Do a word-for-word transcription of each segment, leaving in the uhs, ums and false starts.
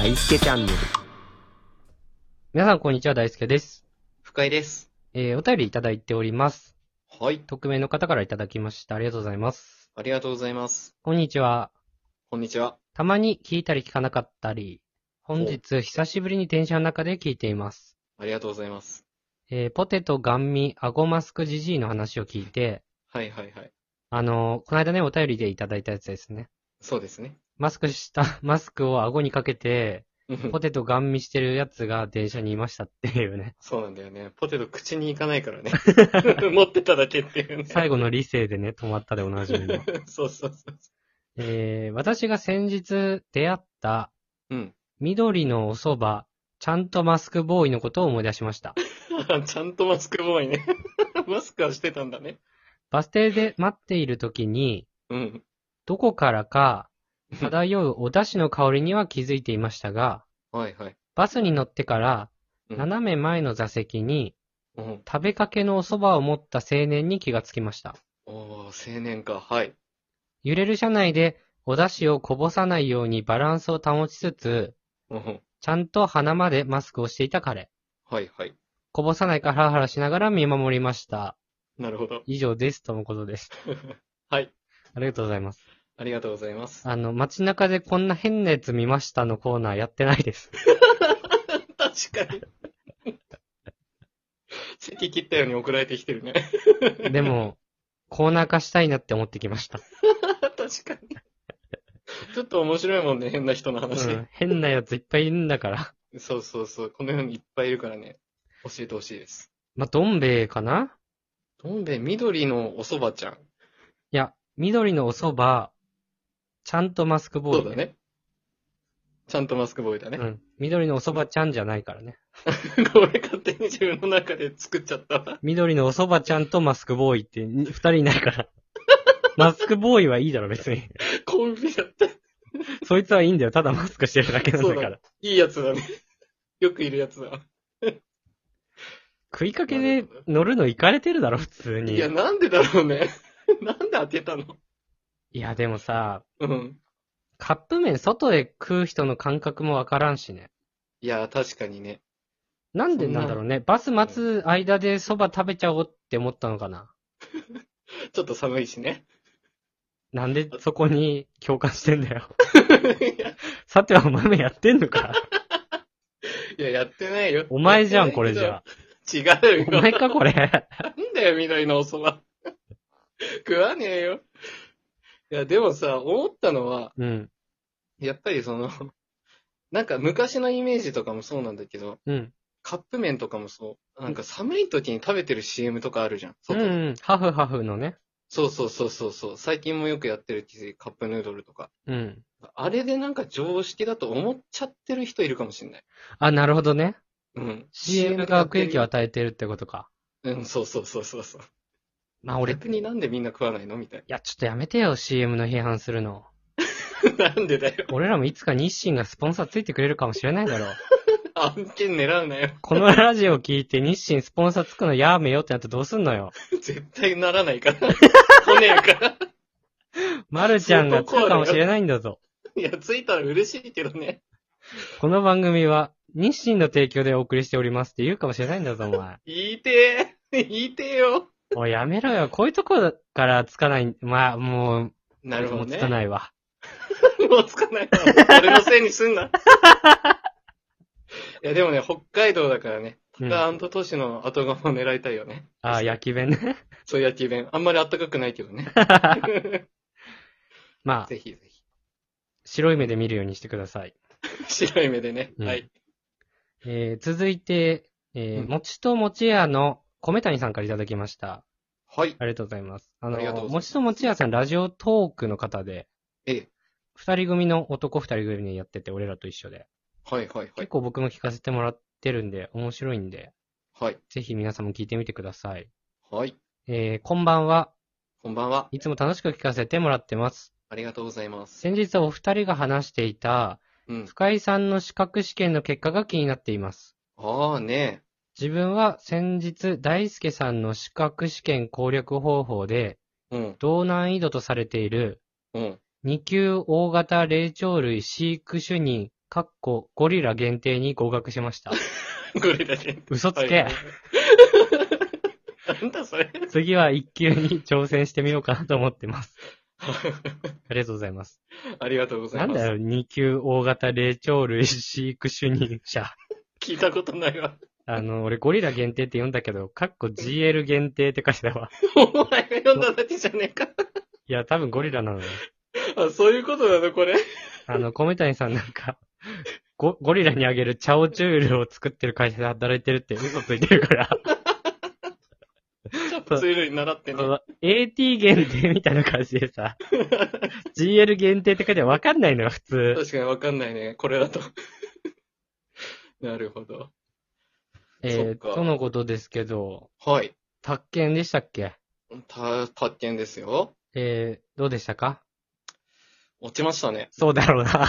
大輔チャンネル。皆さんこんにちは、大輔です。 深井です。 えー、お便りいただいております。 はい。 匿名の方からいただきました。ありがとうございます。 ありがとうございます。 こんにちは。 こんにちは。 たまに聞いたり聞かなかったり、本日久しぶりに電車の中で聞いています。 ありがとうございます。 えー、ポテト、ガンミ、アゴマスクジジイの話を聞いて、 はいはいはい。 あのー、この間ね、お便りでいただいたやつですね。 そうですね。 マスクした、マスクを顎にかけて、ポテトガン見してるやつが電車にいましたっていうね。 そうなんだよね。ポテト口に行かないからね。持ってただけっていうね。 最後の理性でね、止まったでおなじみの。 そうそうそう。 えー、私が先日出会った、 うん。 緑のお蕎麦、ちゃんとマスクボーイのことを思い出しました。 ちゃんとマスクボーイね。マスクはしてたんだね。 バス停で待っている時に、 うん。 どこからか漂うお出汁の香りには気づいていましたが、 はいはい。 バスに乗ってからうん斜め前の座席にうん。 食べかけのお蕎麦を持った青年に気がつきました。 おー、青年か。はい。 揺れる車内でお出汁をこぼさないようにバランスを保ちつつ、 うん。 ちゃんと鼻までマスクをしていた彼。 はいはい。 こぼさないかハラハラしながら見守りました。 なるほど。 以上です。とのことです。 はい。 ありがとうございます。 ありがとうございます。 あの、街中でこんな変なやつ見ましたのコーナーやってないです。 確かに。席切ったように送られてきてるね。 でも、コーナー化したいなって思ってきました。 確かに。ちょっと面白いもんね、変な人の話。 うん、変なやついっぱいいるんだから。 そうそうそう。この世にいっぱいいるからね。教えてほしいです。 まあ、どん兵衛かな？ どん兵衛、緑のお蕎麦ちゃん。 いや、緑のお蕎麦、ちゃんとマスクボーイ、 そうだね。ちゃんとマスクボーイだね。 うん。緑のお蕎麦ちゃんじゃないからね。 これ勝手に自分の中で作っちゃったわ。 緑のお蕎麦ちゃんとマスクボーイってに二人いないから。マスクボーイはいいだろ、別に。 コンビだった。 そいつはいいんだよ。ただマスクしてるだけなんだそうだから。。 いいやつだね。よくいるやつだ。 食いかけで乗るの行かれてるだろ、普通に。 いや、なんでだろうね。なんで当てたの？ いや、でもさ、 うん。 カップ麺外で食う人の感覚もわからんしね。 いや、確かにね。 なんでなんだろうね。バス待つ間で蕎麦食べちゃおうって思ったのかな。 ちょっと寒いしね。 なんでそこに共感してんだよ。 いや、 さてはお前もやってんのか。 いや、やってないよ。 お前じゃん、これじゃ。 違うよ。 お前か、これ。 なんだよ、緑のお蕎麦。食わねえよ。いや、でもさ、思ったのは、 うん。 やっぱりその、なんか昔のイメージとかもそうなんだけど、 うん。 カップ麺とかもそう、なんか寒い時に食べてる シーエム とかあるじゃん。 う外で。 ん、うん。ハフハフのね。 そうそうそうそうそう。最近もよくやってるカップヌードルとか。 うん。 あれでなんか常識だと思っちゃってる人いるかもしれない。 あ、なるほどね。 うん。 シーエム が悪影響を与えてるってことか。 うん、そうそうそうそうそう。 まあ俺、い逆になんでみんな食わないのみたいや、ちょっとやめてよ、シーエム の批判するの。 な。なんでだよ。 俺らもいつか日清がスポンサーついてくれるかもしれないだろう。 案件狙うなよ。 このラジオ聞いて日清スポンサーつくのやめよってなってどうすんのよ。 絶対ならないから。来ねえから。 まるちゃんがつくかもしれないんだぞ。 いや、ついたら嬉しいけどね。 この番組は日清の提供でお送りしておりますって言うかもしれないんだぞ、お前。 言いてー。言いてーよ。 おい、やめろよ。こういうとこからつかない、まあ、もう、 なるほどね。 もうつかないわ。 もうつかないわ。俺のせいにすんな。いや、でもね、北海道だからね。 うん、 北安都都市の後釜を狙いたいよね。 ああ、焼き弁ね。 そういう焼き弁。あんまり暖かくないけどね。 まあ、 ぜひぜひ。 白い目で見るようにしてください。 白い目でね。 うんはい。 えー、続いて、えーうんもちともち屋の米谷さんからいただきました。 はい。 ありがとうございます。あの、 ありがとうございますもちともち屋さんラジオトークの方で、 ええ。 二人組の男二人組でやってて、俺らと一緒で。 はいはいはい結。構僕も聞かせてもらってるんで、面白いんで、 はい。 ぜひ皆さんも聞いてみてください。 はい。 えー、こんばんは。 こんばんは。 いつも楽しく聞かせてもらってます。 ありがとうございます。 先日お二人が話していた、 うん。 深井さんの資格試験の結果が気になっています。 ああね。 自分は先日、大輔さんの資格試験攻略方法で、 うん。 同難易度とされている、 うん。 に級大型霊長類飼育主任、 かっこゴリラ限定に合格しました。 ゴリラ限定。 嘘つけ、 はいはいなんだそれ。 次はいっ級に挑戦してみようかなと思ってます。ありがとうございます。 ありがとうございます。 なんだよ、に級大型霊長類飼育主任者。 聞いたことないわ。 あの、俺ゴリラ限定って読んだけど、かっこ ジーエル 限定って書いてたわ。 お前が読んだだけじゃねえか。 いや、多分ゴリラなのよ。 あ、そういうことなのこれ。 あの、米谷さんなんか、ゴゴリラにあげるチャオチュールを作ってる会社で働いてるって嘘ついてるから。 チャプツールに習ってね。 エーティー 限定みたいな感じでさ、ジーエル 限定って書いてわかんないのよ、普通。 確かにわかんないね。これだと。なるほど。 えー、とのことですけど、 はい。 宅建でしたっけ？ た、宅建ですよ。 えー、どうでしたか？ 落ちましたね。 そうだろうな。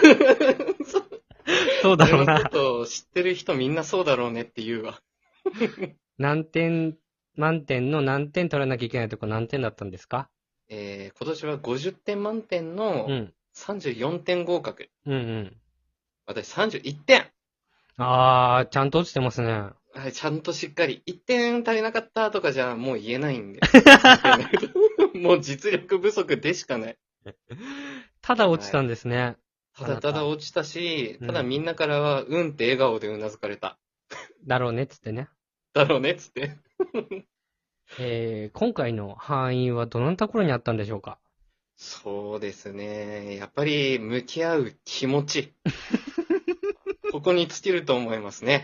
そうだろうな。 このことを知ってる人みんなそうだろうねって言うわ。 何点、満点の何点取らなきゃいけないとこ何点だったんですか？ えー、今年はごじゅってん満点のうん。 さんじゅうよんてん合格。 うんうん。 私さんじゅういってん。 あー、ちゃんと落ちてますね。 はい、ちゃんとしっかり。いってん足りなかったとかじゃもう言えないんで。もう実力不足でしかない。 ただ落ちたんですね。 ただただ落ちたし、 うんただみんなからは、うんって笑顔でうなずかれた。 だろうねっつってね。 だろうねっつって。 えー、今回の範囲はどのところにあったんでしょうか？ そうですね。やっぱり向き合う気持ち。ここに尽きると思いますね。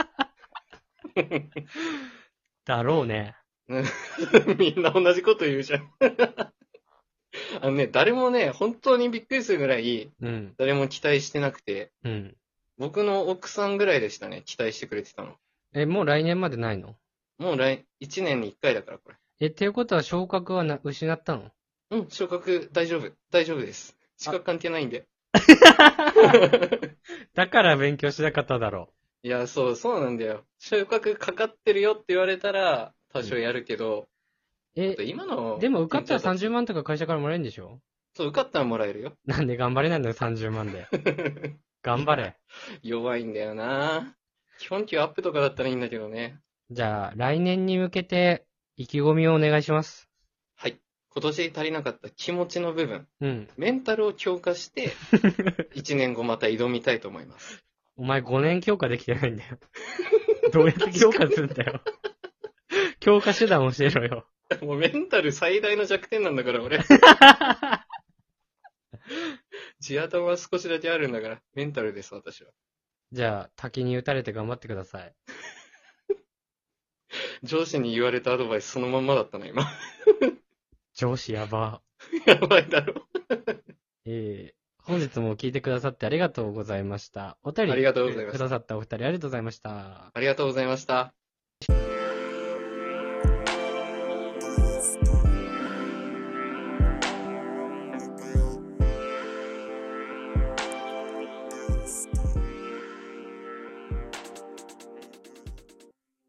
だろうね。 みんな同じこと言うじゃん。あのね、誰もね、本当にびっくりするぐらい、 うん。 誰も期待してなくて、 うん。 僕の奥さんぐらいでしたね、期待してくれてたの。 え、もう来年までないの？ もう来、いちねんにいっかいだから、これ。 え、っていうことは昇格はな失ったの？ うん、昇格大丈夫。大丈夫です。資格関係ないんで。 だから勉強しなかっただろいや、そう、そうなんだよ。昇格かかってるよって言われたら、多少やるけど、 う。えあと、今の、 でも受かったらさんじゅう万。 まんとか会社からもらえるんでしょ？ そう、受かったらもらえるよ。 なんで頑張れないのよ、さんじゅうまんで。頑張れ。 弱いんだよな。基本給アップとかだったらいいんだけどね。 じゃあ、来年に向けて意気込みをお願いします。 はい。今年足りなかった気持ちの部分、 うん。 メンタルを強化して、いちねんごまた挑みたいと思います。 お前ごねん強化できてないんだよ。どうやって強化するんだよ。強化手段教えろよ。 もうメンタル最大の弱点なんだから、俺。地頭は少しだけあるんだから、メンタルです、私は。 じゃあ、滝に打たれて頑張ってください。 上司に言われたアドバイスそのまんまだったな、今。 上司やば。 やばいだろ。 えー、本日も聞いてくださってありがとうございました。お便りありがとうございましたくださったお二人ありがとうございました。 ありがとうございました。